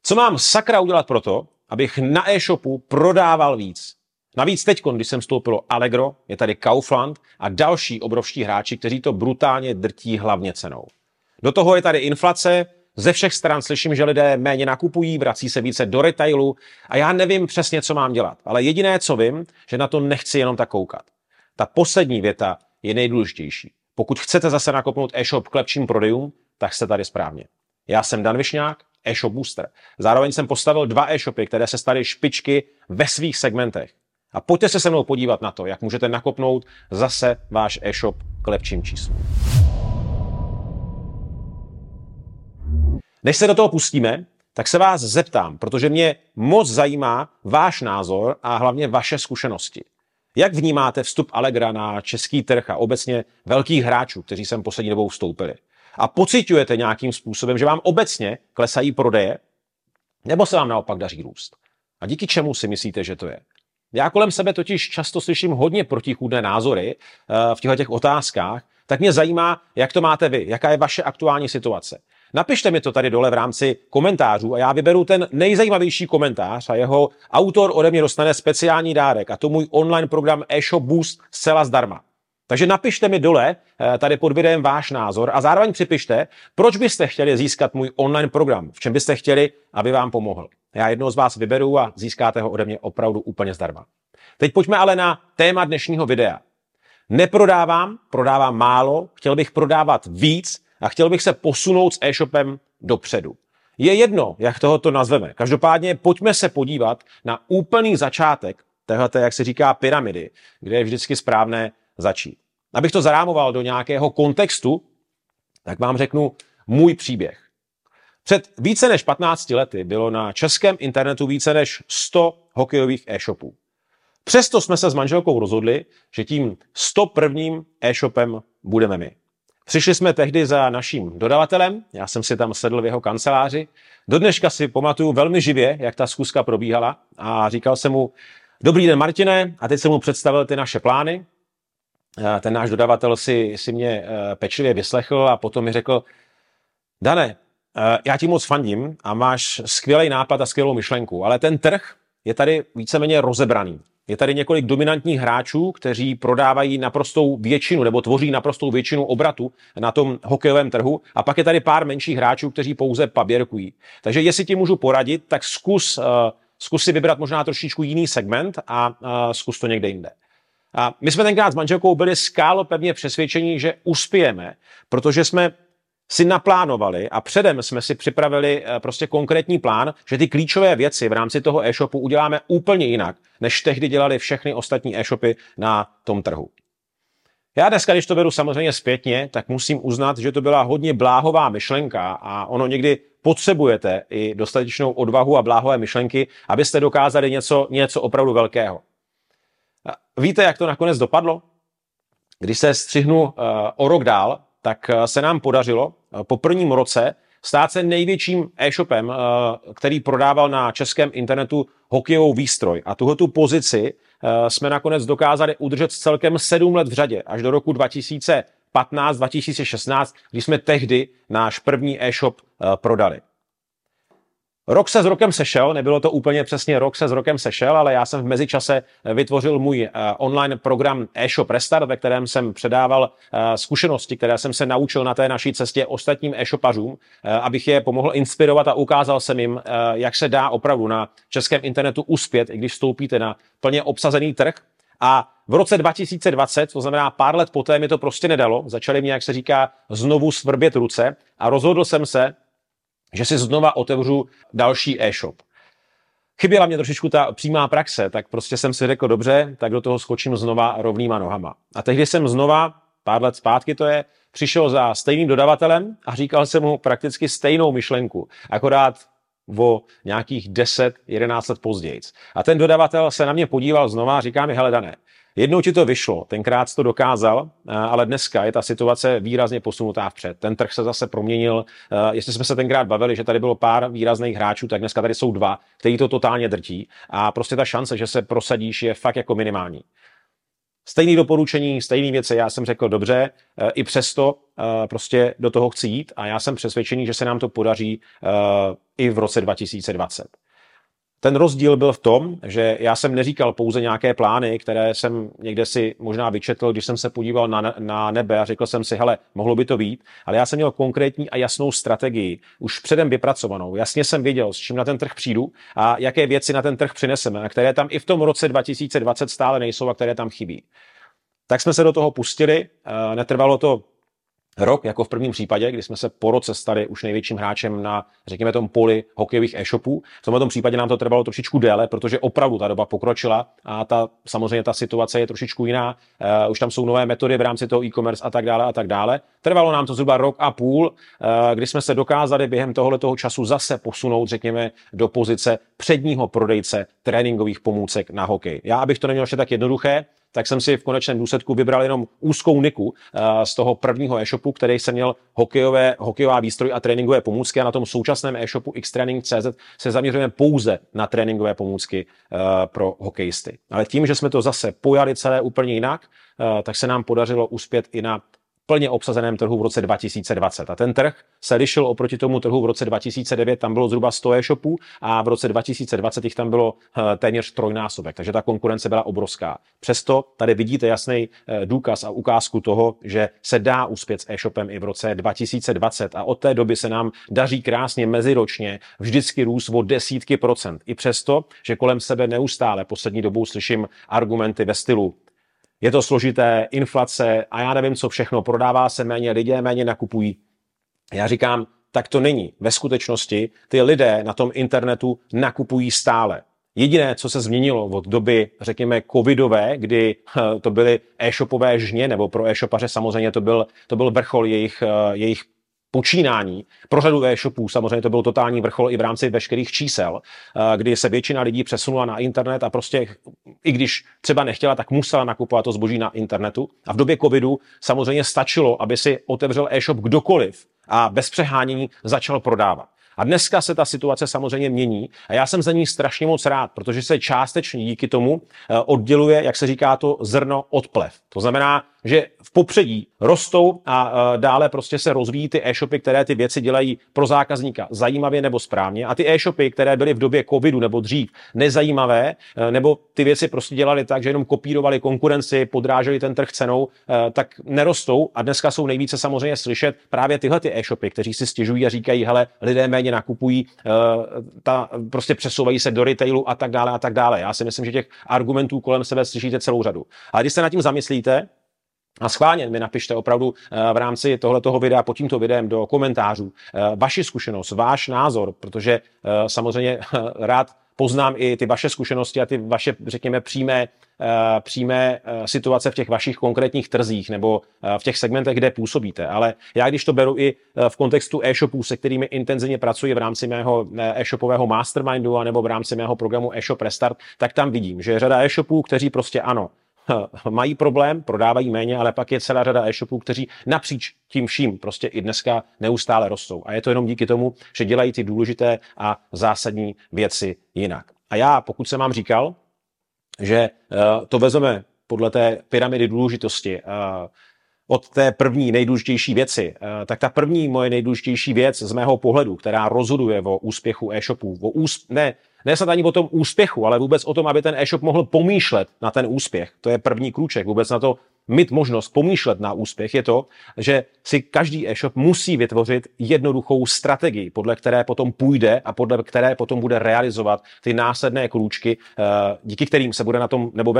Co mám sakra udělat pro to, abych na e-shopu prodával víc? Navíc teď, když jsem vstoupilo Allegro, je tady Kaufland a další obrovští hráči, kteří to brutálně drtí hlavně cenou. Do toho je tady inflace, ze všech stran slyším, že lidé méně nakupují, vrací se více do retailu a já nevím přesně, co mám dělat. Ale jediné, co vím, že na to nechci jenom tak koukat. Ta poslední věta je nejdůležitější. Pokud chcete zase nakopnout e-shop k lepším prodejům, tak jste tady správně. Já jsem Dan Višňák, e-shop booster. Zároveň jsem postavil 2 e-shopy, které se staly špičky ve svých segmentech. A pojďte se mnou podívat na to, jak můžete nakopnout zase váš e-shop k lepším číslům. Než se do toho pustíme, tak se vás zeptám, protože mě moc zajímá váš názor a hlavně vaše zkušenosti. Jak vnímáte vstup Allegra na český trh a obecně velkých hráčů, kteří sem poslední dobou vstoupili? A pociťujete nějakým způsobem, že vám obecně klesají prodeje? Nebo se vám naopak daří růst? A díky čemu si myslíte, že to je? Já kolem sebe totiž často slyším hodně protichůdné názory v těch otázkách, tak mě zajímá, jak to máte vy, jaká je vaše aktuální situace. Napište mi to tady dole v rámci komentářů a já vyberu ten nejzajímavější komentář a jeho autor ode mě dostane speciální dárek, a to můj online program eShop Boost zcela zdarma. Takže napište mi dole tady pod videem váš názor a zároveň připište, proč byste chtěli získat můj online program, v čem byste chtěli, aby vám pomohl. Já jednoho z vás vyberu a získáte ho ode mě opravdu úplně zdarma. Teď pojďme ale na téma dnešního videa. Neprodávám, prodávám málo, chtěl bych prodávat víc a chtěl bych se posunout s e-shopem dopředu. Je jedno, jak tohoto nazveme. Každopádně pojďme se podívat na úplný začátek téhleté, jak se říká, pyramidy, kde je vždycky správné začít. Abych to zarámoval do nějakého kontextu, tak vám řeknu můj příběh. Před více než 15 lety bylo na českém internetu více než 100 hokejových e-shopů. Přesto jsme se s manželkou rozhodli, že tím 101. e-shopem budeme my. Přišli jsme tehdy za naším dodavatelem, já jsem si tam sedl v jeho kanceláři. Do dneška si pamatuju velmi živě, jak ta schůzka probíhala a říkal jsem mu: dobrý den, Martine, a teď jsem mu představil ty naše plány. Ten náš dodavatel si mě pečlivě vyslechl a potom mi řekl: Dane, já ti moc fandím a máš skvělý nápad a skvělou myšlenku, ale ten trh je tady víceméně rozebraný. Je tady několik dominantních hráčů, kteří prodávají naprostou většinu nebo tvoří naprostou většinu obratu na tom hokejovém trhu, a pak je tady pár menších hráčů, kteří pouze paběrkují. Takže jestli ti můžu poradit, tak zkus si vybrat možná trošičku jiný segment a zkus to někde jinde. A my jsme tenkrát s manželkou byli skálopevně přesvědčení, že uspějeme, protože jsme si naplánovali a předem jsme si připravili prostě konkrétní plán, že ty klíčové věci v rámci toho e-shopu uděláme úplně jinak, než tehdy dělali všechny ostatní e-shopy na tom trhu. Já dneska, když to beru samozřejmě zpětně, tak musím uznat, že to byla hodně bláhová myšlenka a ono někdy potřebujete i dostatečnou odvahu a bláhové myšlenky, abyste dokázali něco opravdu velkého. Víte, jak to nakonec dopadlo? Když se střihnu o rok dál, tak se nám podařilo po prvním roce stát se největším e-shopem, který prodával na českém internetu hokejovou výstroj. A tuhletu pozici jsme nakonec dokázali udržet celkem 7 let v řadě, až do roku 2015-2016, když jsme tehdy náš první e-shop prodali. Rok se s rokem sešel, nebylo to úplně přesně rok se s rokem sešel, ale já jsem v mezičase vytvořil můj online program eShop Restart, ve kterém jsem předával zkušenosti, které jsem se naučil na té naší cestě ostatním e-shopařům, abych je pomohl inspirovat a ukázal jsem jim, jak se dá opravdu na českém internetu uspět, i když vstoupíte na plně obsazený trh. A v roce 2020, to znamená pár let poté, mi to prostě nedalo, začaly mě, jak se říká, znovu svrbět ruce a rozhodl jsem se, že si znova otevřu další e-shop. Chyběla mě trošičku ta přímá praxe, tak prostě jsem si řekl, dobře, tak do toho skočím znova rovnýma nohama. A tehdy jsem znova, pár let zpátky to je, přišel za stejným dodavatelem a říkal jsem mu prakticky stejnou myšlenku, akorát o nějakých 10-11 let později. A ten dodavatel se na mě podíval znova a říká mi: hele, Dané, jednou ti to vyšlo, tenkrát jsi to dokázal, ale dneska je ta situace výrazně posunutá vpřed. Ten trh se zase proměnil. Jestli jsme se tenkrát bavili, že tady bylo pár výrazných hráčů, tak dneska tady jsou 2, kteří to totálně drtí. A prostě ta šance, že se prosadíš, je fakt jako minimální. Stejné doporučení, stejné věci, já jsem řekl dobře, i přesto prostě do toho chci jít a já jsem přesvědčený, že se nám to podaří i v roce 2020. Ten rozdíl byl v tom, že já jsem neříkal pouze nějaké plány, které jsem někde si možná vyčetl, když jsem se podíval na nebe a řekl jsem si, hele, mohlo by to být, ale já jsem měl konkrétní a jasnou strategii, už předem vypracovanou. Jasně jsem věděl, s čím na ten trh přijdu a jaké věci na ten trh přineseme, a které tam i v tom roce 2020 stále nejsou a které tam chybí. Tak jsme se do toho pustili, netrvalo to rok, jako v prvním případě, kdy jsme se po roce stali už největším hráčem na, řekněme, tom poli hokejových e-shopů. V tomto případě nám to trvalo trošičku déle, protože opravdu ta doba pokročila a samozřejmě ta situace je trošičku jiná. Už tam jsou nové metody v rámci toho e-commerce a tak dále a tak dále. Trvalo nám to zhruba rok a půl, kdy jsme se dokázali během tohoto času zase posunout, řekněme, do pozice předního prodejce tréninkových pomůcek na hokej. Já, abych to neměl ještě tak jednoduché, tak jsem si v konečném důsledku vybral jenom úzkou niku z toho prvního e-shopu, který jsem měl hokejová výstroj a tréninkové pomůcky, a na tom současném e-shopu xtraining.cz se zaměřujeme pouze na tréninkové pomůcky pro hokejisty. Ale tím, že jsme to zase pojali celé úplně jinak, tak se nám podařilo uspět i na plně obsazeném trhu v roce 2020. A ten trh se lišil oproti tomu trhu v roce 2009, tam bylo zhruba 100 e-shopů a v roce 2020 jich tam bylo téměř trojnásobek, takže ta konkurence byla obrovská. Přesto tady vidíte jasný důkaz a ukázku toho, že se dá uspět s e-shopem i v roce 2020 a od té doby se nám daří krásně meziročně vždycky růst o desítky procent. I přesto, že kolem sebe neustále poslední dobou slyším argumenty ve stylu: je to složité, inflace a já nevím co všechno, prodává se méně, lidé méně nakupují. Já říkám, tak to není. Ve skutečnosti ty lidé na tom internetu nakupují stále. Jediné, co se změnilo od doby, řekněme, covidové, kdy to byly e-shopové žně, nebo pro e-shopaře samozřejmě to byl vrchol jejich počínání. Pro řadu e-shopů samozřejmě to byl totální vrchol i v rámci veškerých čísel, kdy se většina lidí přesunula na internet a prostě, i když třeba nechtěla, tak musela nakupovat to zboží na internetu. A v době covidu samozřejmě stačilo, aby si otevřel e-shop kdokoliv a bez přehánění začal prodávat. A dneska se ta situace samozřejmě mění a já jsem za ní strašně moc rád, protože se částečně díky tomu odděluje, jak se říká, to zrno od plev. To znamená, že v popředí rostou a dále prostě se rozvíjí ty e-shopy, které ty věci dělají pro zákazníka zajímavě nebo správně, a ty e-shopy, které byly v době covidu nebo dřív nezajímavé, nebo ty věci prostě dělali tak, že jenom kopírovali konkurenci, podráželi ten trh cenou, tak nerostou a dneska jsou nejvíce samozřejmě slyšet právě tyhle ty e-shopy, kteří si stěžují a říkají, hele, lidé méně nakupují, prostě přesouvají se do retailu a tak dále a tak dále. Já si myslím, že těch argumentů kolem sebe slyšíte celou řadu. Ale když se nad tím zamyslíte, a schválně mi napište opravdu v rámci tohletoho videa, pod tímto videem do komentářů vaši zkušenost, váš názor, protože samozřejmě rád poznám i ty vaše zkušenosti a ty vaše, řekněme, přímé situace v těch vašich konkrétních trzích nebo v těch segmentech, kde působíte. Ale já, když to beru i v kontextu e-shopů, se kterými intenzivně pracuji v rámci mého e-shopového mastermindu nebo v rámci mého programu e-shop Restart, tak tam vidím, že je řada e-shopů, kteří prostě ano, mají problém, prodávají méně, ale pak je celá řada e-shopů, kteří napříč tím vším prostě i dneska neustále rostou. A je to jenom díky tomu, že dělají ty důležité a zásadní věci jinak. A já, pokud jsem vám říkal, že to vezmeme podle té pyramidy důležitosti od té první nejdůležitější věci, tak ta první moje nejdůležitější věc z mého pohledu, která rozhoduje o úspěchu e-shopů, ne snad ani o tom úspěchu, ale vůbec o tom, aby ten e-shop mohl pomýšlet na ten úspěch. To je první krůček, vůbec na to mít možnost pomýšlet na úspěch, je to, že si každý e-shop musí vytvořit jednoduchou strategii, podle které potom půjde a podle které potom bude realizovat ty následné krůčky, díky kterým se bude na tom nebo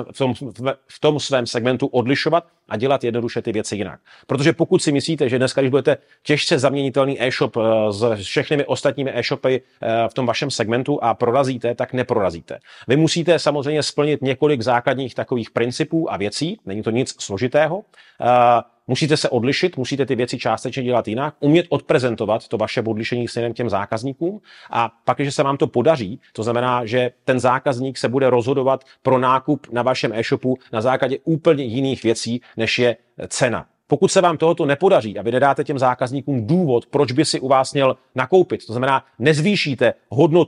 v tom svém segmentu odlišovat a dělat jednoduše ty věci jinak. Protože pokud si myslíte, že dneska, když budete těžce zaměnitelný e-shop s všechnymi ostatními e-shopy v tom vašem segmentu a prorazíte, tak neprorazíte. Vy musíte samozřejmě splnit několik základních takových principů a věcí, není to nic složitého. Musíte se odlišit, musíte ty věci částečně dělat jinak, umět odprezentovat to vaše odlišení směrem k těm zákazníkům a pak, když se vám to podaří, to znamená, že ten zákazník se bude rozhodovat pro nákup na vašem e-shopu na základě úplně jiných věcí, než je cena. Pokud se vám tohoto nepodaří a vy nedáte těm zákazníkům důvod, proč by si u vás měl nakoupit, to znamená, nezvýšíte hodnotu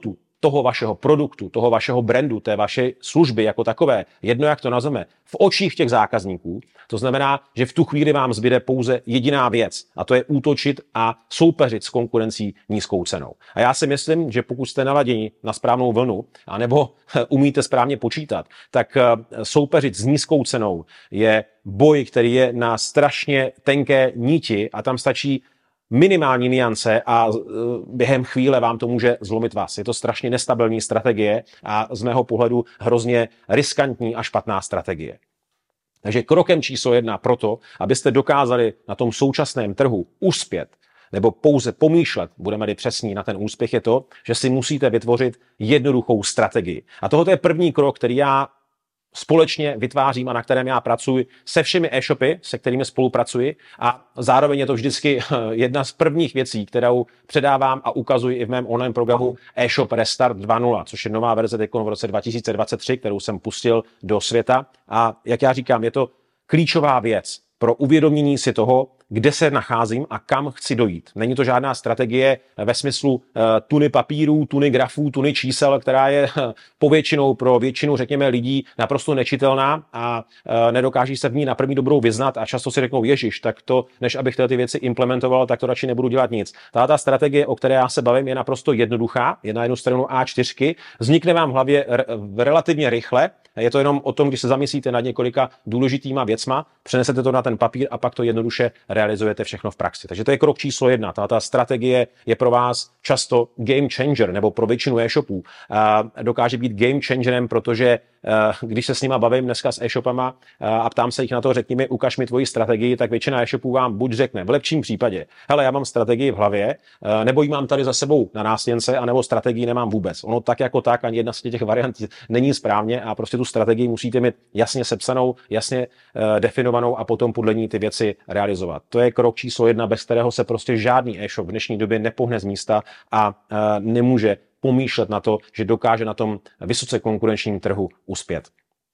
toho vašeho produktu, toho vašeho brandu, té vaše služby jako takové, jedno jak to nazveme, v očích těch zákazníků. To znamená, že v tu chvíli vám zbyde pouze jediná věc a to je útočit a soupeřit s konkurencí nízkou cenou. A já si myslím, že pokud jste naladěni na správnou vlnu anebo umíte správně počítat, tak soupeřit s nízkou cenou je boj, který je na strašně tenké níti a tam stačí minimální niance a během chvíle vám to může zlomit vás. Je to strašně nestabilní strategie a z mého pohledu hrozně riskantní a špatná strategie. Takže krokem číslo 1 proto, abyste dokázali na tom současném trhu uspět, nebo pouze pomýšlet, budeme-li přesní na ten úspěch, je to, že si musíte vytvořit jednoduchou strategii. A tohle je první krok, který já společně vytvářím a na kterém já pracuji se všemi e-shopy, se kterými spolupracuji a zároveň je to vždycky jedna z prvních věcí, kterou předávám a ukazuji i v mém online programu e-shop Restart 2.0, což je nová verze teď v roce 2023, kterou jsem pustil do světa a jak já říkám, je to klíčová věc pro uvědomění si toho, kde se nacházím a kam chci dojít. Není to žádná strategie ve smyslu tuny papírů, tuny grafů, tuny čísel, která je povětšinou pro většinu, řekněme, lidí naprosto nečitelná a nedokáží se v ní na první dobrou vyznat a často si řeknou, ježiš, tak to, než abych ty věci implementoval, tak to radši nebudu dělat nic. Ta strategie, o které já se bavím, je naprosto jednoduchá, je na jednu stranu A4, vznikne vám v hlavě relativně rychle, je to jenom o tom, když se zamyslíte nad několika důležitýma věcma, přenesete to na ten papír a pak to jednoduše realizujete všechno v praxi. Takže to je krok číslo 1. Ta strategie je pro vás často game changer, nebo pro většinu e-shopů dokáže být game changerem, protože když se s nima bavím dneska s e-shopama a ptám se jich na to, řekni mi, ukaž mi tvoji strategii, tak většina e-shopů vám buď řekne v lepším případě, hele, já mám strategii v hlavě, nebo ji mám tady za sebou na nástěnce, anebo strategii nemám vůbec. Ono tak jako tak, ani jedna z těch variant není správně a prostě tu strategii musíte mít jasně sepsanou, jasně definovanou a potom podle ní ty věci realizovat. To je krok číslo 1, bez kterého se prostě žádný e-shop v dnešní době nepohne z místa a nemůže pomýšlet na to, že dokáže na tom vysoce konkurenčním trhu uspět.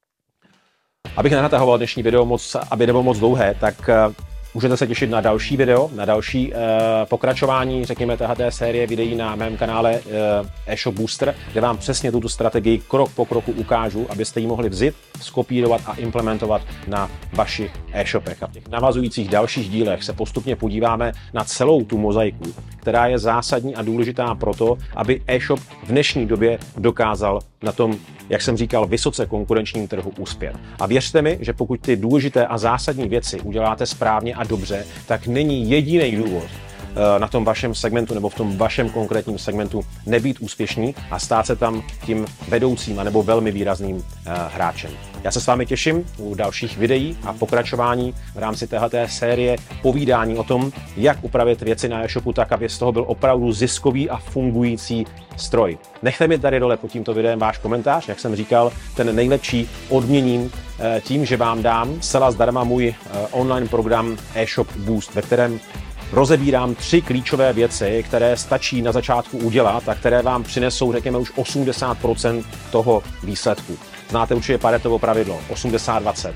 Abych nenatahoval dnešní video aby nebylo moc dlouhé, tak můžete se těšit na další video, na další pokračování, řekněme, téhleté série videí na mém kanále eShop Booster, kde vám přesně tuto strategii krok po kroku ukážu, abyste ji mohli vzít, skopírovat a implementovat na vašich e-shopech. A v těch navazujících dalších dílech se postupně podíváme na celou tu mozaiku, která je zásadní a důležitá proto, aby e-shop v dnešní době dokázal na tom, jak jsem říkal, vysoce konkurenčním trhu uspět. A věřte mi, že pokud ty důležité a zásadní věci uděláte správně a dobře, tak není jediný důvod na tom vašem segmentu nebo v tom vašem konkrétním segmentu nebýt úspěšný a stát se tam tím vedoucím anebo velmi výrazným hráčem. Já se s vámi těším u dalších videí a pokračování v rámci téhleté série povídání o tom, jak upravit věci na e-shopu tak, aby z toho byl opravdu ziskový a fungující stroj. Nechte mi tady dole pod tímto videem váš komentář, jak jsem říkal, ten nejlepší odměním tím, že vám dám zcela zdarma můj online program eShop Boost, ve kterém rozebírám 3 klíčové věci, které stačí na začátku udělat a které vám přinesou, řekněme, už 80% toho výsledku. Znáte určitě Paretovo pravidlo, 80-20.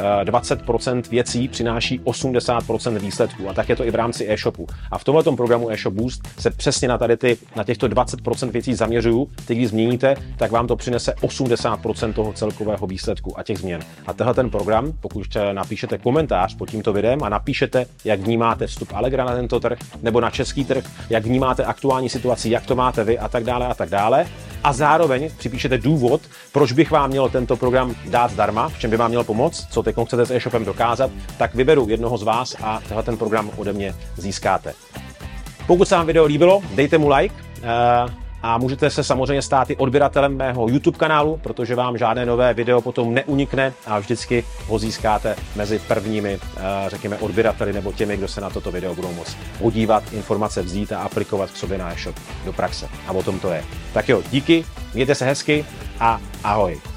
20% věcí přináší 80% výsledků a tak je to i v rámci e-shopu. A v tomhletom programu eShop Boost se přesně na těchto 20% věcí zaměřuju. Když změníte, tak vám to přinese 80% toho celkového výsledku a těch změn. A tenhle ten program, pokud napíšete komentář pod tímto videem a napíšete, jak vnímáte vstup Allegra na tento trh nebo na český trh, jak vnímáte aktuální situaci, jak to máte vy a tak dále. A zároveň připíšete důvod, proč bych vám měl tento program dát zdarma, v čem by vám měl pomoct, co teď chcete s e-shopem dokázat, tak vyberu jednoho z vás a tenhle ten program ode mě získáte. Pokud se vám video líbilo, dejte mu like a můžete se samozřejmě stát i odběratelem mého YouTube kanálu, protože vám žádné nové video potom neunikne a vždycky ho získáte mezi prvními, řekněme, odběrateli nebo těmi, kdo se na toto video budou moct podívat, informace vzít a aplikovat k sobě na e-shop do praxe. A o tom to je. Tak jo, díky, mějte se hezky a ahoj.